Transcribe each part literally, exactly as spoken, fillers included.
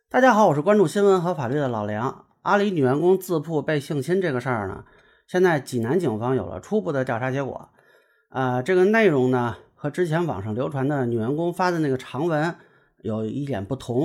大家好，我是关注新闻和法律的老梁。阿里女员工自曝被性侵这个事儿呢，现在济南警方有了初步的调查结果。呃，这个内容呢和之前网上流传的女员工发的那个长文有一点不同。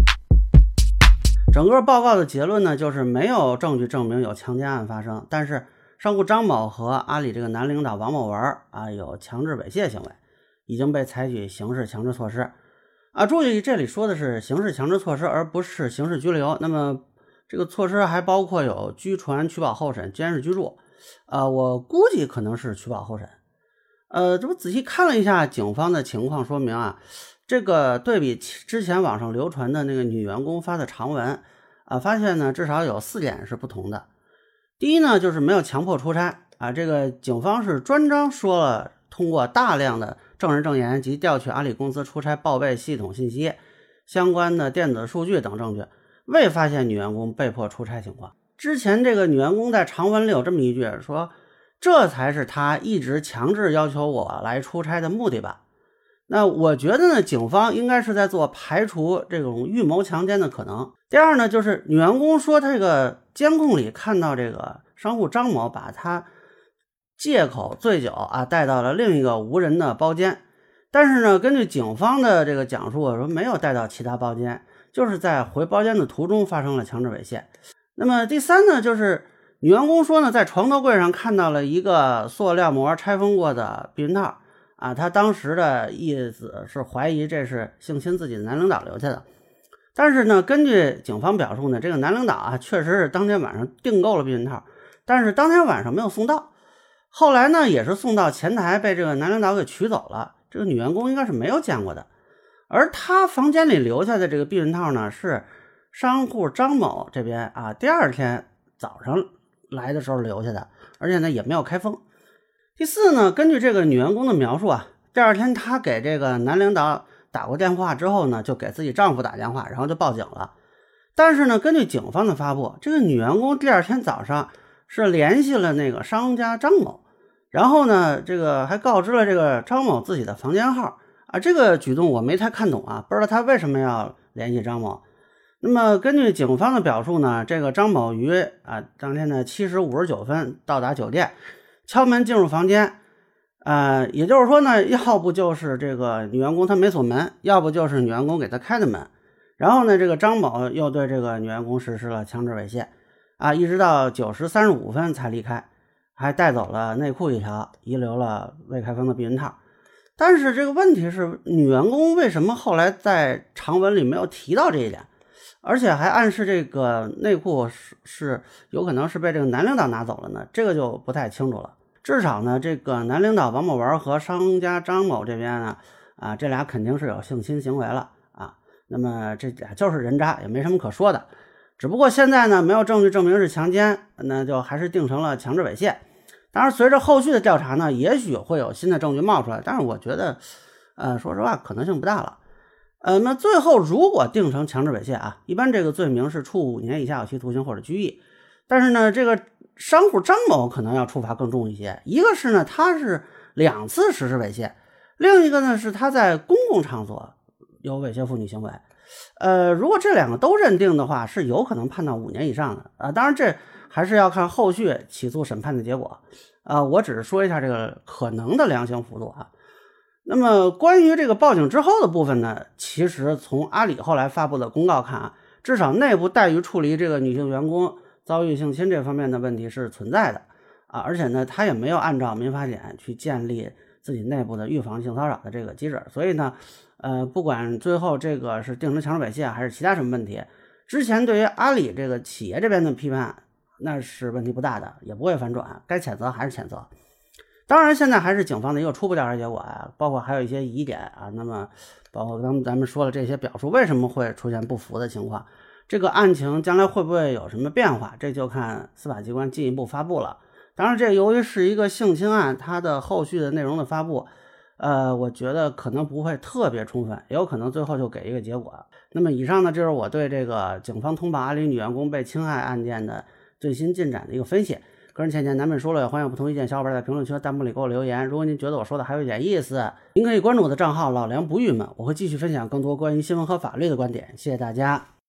整个报告的结论呢就是没有证据证明有强奸案发生，但是商户张某和阿里这个男领导王某文啊有强制猥亵行为，已经被采取刑事强制措施。啊，注意这里说的是刑事强制措施，而不是刑事拘留。那么这个措施还包括有拘传、取保候审、监视居住。呃，我估计可能是取保候审。呃，这不仔细看了一下警方的情况说明啊，这个对比之前网上流传的那个女员工发的长文啊，发现呢至少有四点是不同的。第一呢，就是没有强迫出差啊，这个警方是专章说了，通过大量的证人证言及调取阿里公司出差报备系统信息、相关的电子数据等证据，未发现女员工被迫出差情况。之前这个女员工在长文里有这么一句说，这才是她一直强制要求我来出差的目的吧。那我觉得呢，警方应该是在做排除这种预谋强奸的可能。第二呢，就是女员工说这个监控里看到这个商户张某把她借口醉酒啊带到了另一个无人的包间，但是呢，根据警方的这个讲述说没有带到其他包间，就是在回包间的途中发生了强制猥亵。那么第三呢，就是女员工说呢，在床头柜上看到了一个塑料膜拆封过的避孕套啊，她当时的意思是怀疑这是性侵自己的男领导留下的。但是呢，根据警方表述呢，这个男领导啊确实是当天晚上订购了避孕套，但是当天晚上没有送到。后来呢，也是送到前台被这个男领导给取走了，这个女员工应该是没有见过的。而他房间里留下的这个避孕套呢，是商户张某这边啊第二天早上来的时候留下的，而且呢也没有开封。第四呢，根据这个女员工的描述啊，第二天她给这个男领导打过电话之后呢，就给自己丈夫打电话，然后就报警了。但是呢，根据警方的发布，这个女员工第二天早上是联系了那个商家张某，然后呢，这个还告知了这个张某自己的房间号啊。这个举动我没太看懂啊，不知道他为什么要联系张某。那么根据警方的表述呢，这个张某于啊当天的七时五十九分到达酒店，敲门进入房间。呃，也就是说呢，要不就是这个女员工她没锁门，要不就是女员工给她开的门。然后呢，这个张某又对这个女员工实施了强制猥亵啊，一直到九时三十五分才离开，还带走了内裤一条，遗留了未开封的避孕套。但是这个问题是，女员工为什么后来在长文里没有提到这一点，而且还暗示这个内裤是是有可能是被这个男领导拿走了呢？这个就不太清楚了。至少呢，这个男领导王某文和商家张某这边呢，啊，这俩肯定是有性侵行为了啊。那么这俩就是人渣，也没什么可说的。只不过现在呢，没有证据证明是强奸，那就还是定成了强制猥亵。当然，随着后续的调查呢，也许会有新的证据冒出来，但是我觉得，呃，说实话，可能性不大了。呃，那最后如果定成强制猥亵啊，一般这个罪名是处五年以下有期徒刑或者拘役。但是呢，这个商户张某可能要处罚更重一些，一个是呢，他是两次实施猥亵，另一个呢是他在公共场所有猥亵妇女行为。呃，如果这两个都认定的话，是有可能判到五年以上的啊、呃。当然，这还是要看后续起诉审判的结果啊、呃。我只是说一下这个可能的量刑幅度啊。那么关于这个报警之后的部分呢，其实从阿里后来发布的公告看啊，至少内部怠于处理这个女性员工遭遇性侵这方面的问题是存在的啊，而且呢，他也没有按照民法典去建立自己内部的预防性骚扰的这个机制，所以呢，呃，不管最后这个是定成强制猥亵还是其他什么问题，之前对于阿里这个企业这边的批判那是问题不大的，也不会反转，该谴责还是谴责。当然，现在还是警方的一个初步调查结果啊，包括还有一些疑点啊，那么包括咱们咱们说了这些表述为什么会出现不符的情况。这个案情将来会不会有什么变化，这就看司法机关进一步发布了。当然，这由于是一个性侵案，它的后续的内容的发布，呃，我觉得可能不会特别充分，也有可能最后就给一个结果。那么以上呢，就是我对这个警方通报阿里女员工被侵害案件的最新进展的一个分析。个人浅见难免说了，也欢迎不同意见小伙伴在评论区和弹幕里给我留言。如果您觉得我说的还有一点意思，您可以关注我的账号老梁不郁闷，我会继续分享更多关于新闻和法律的观点。谢谢大家。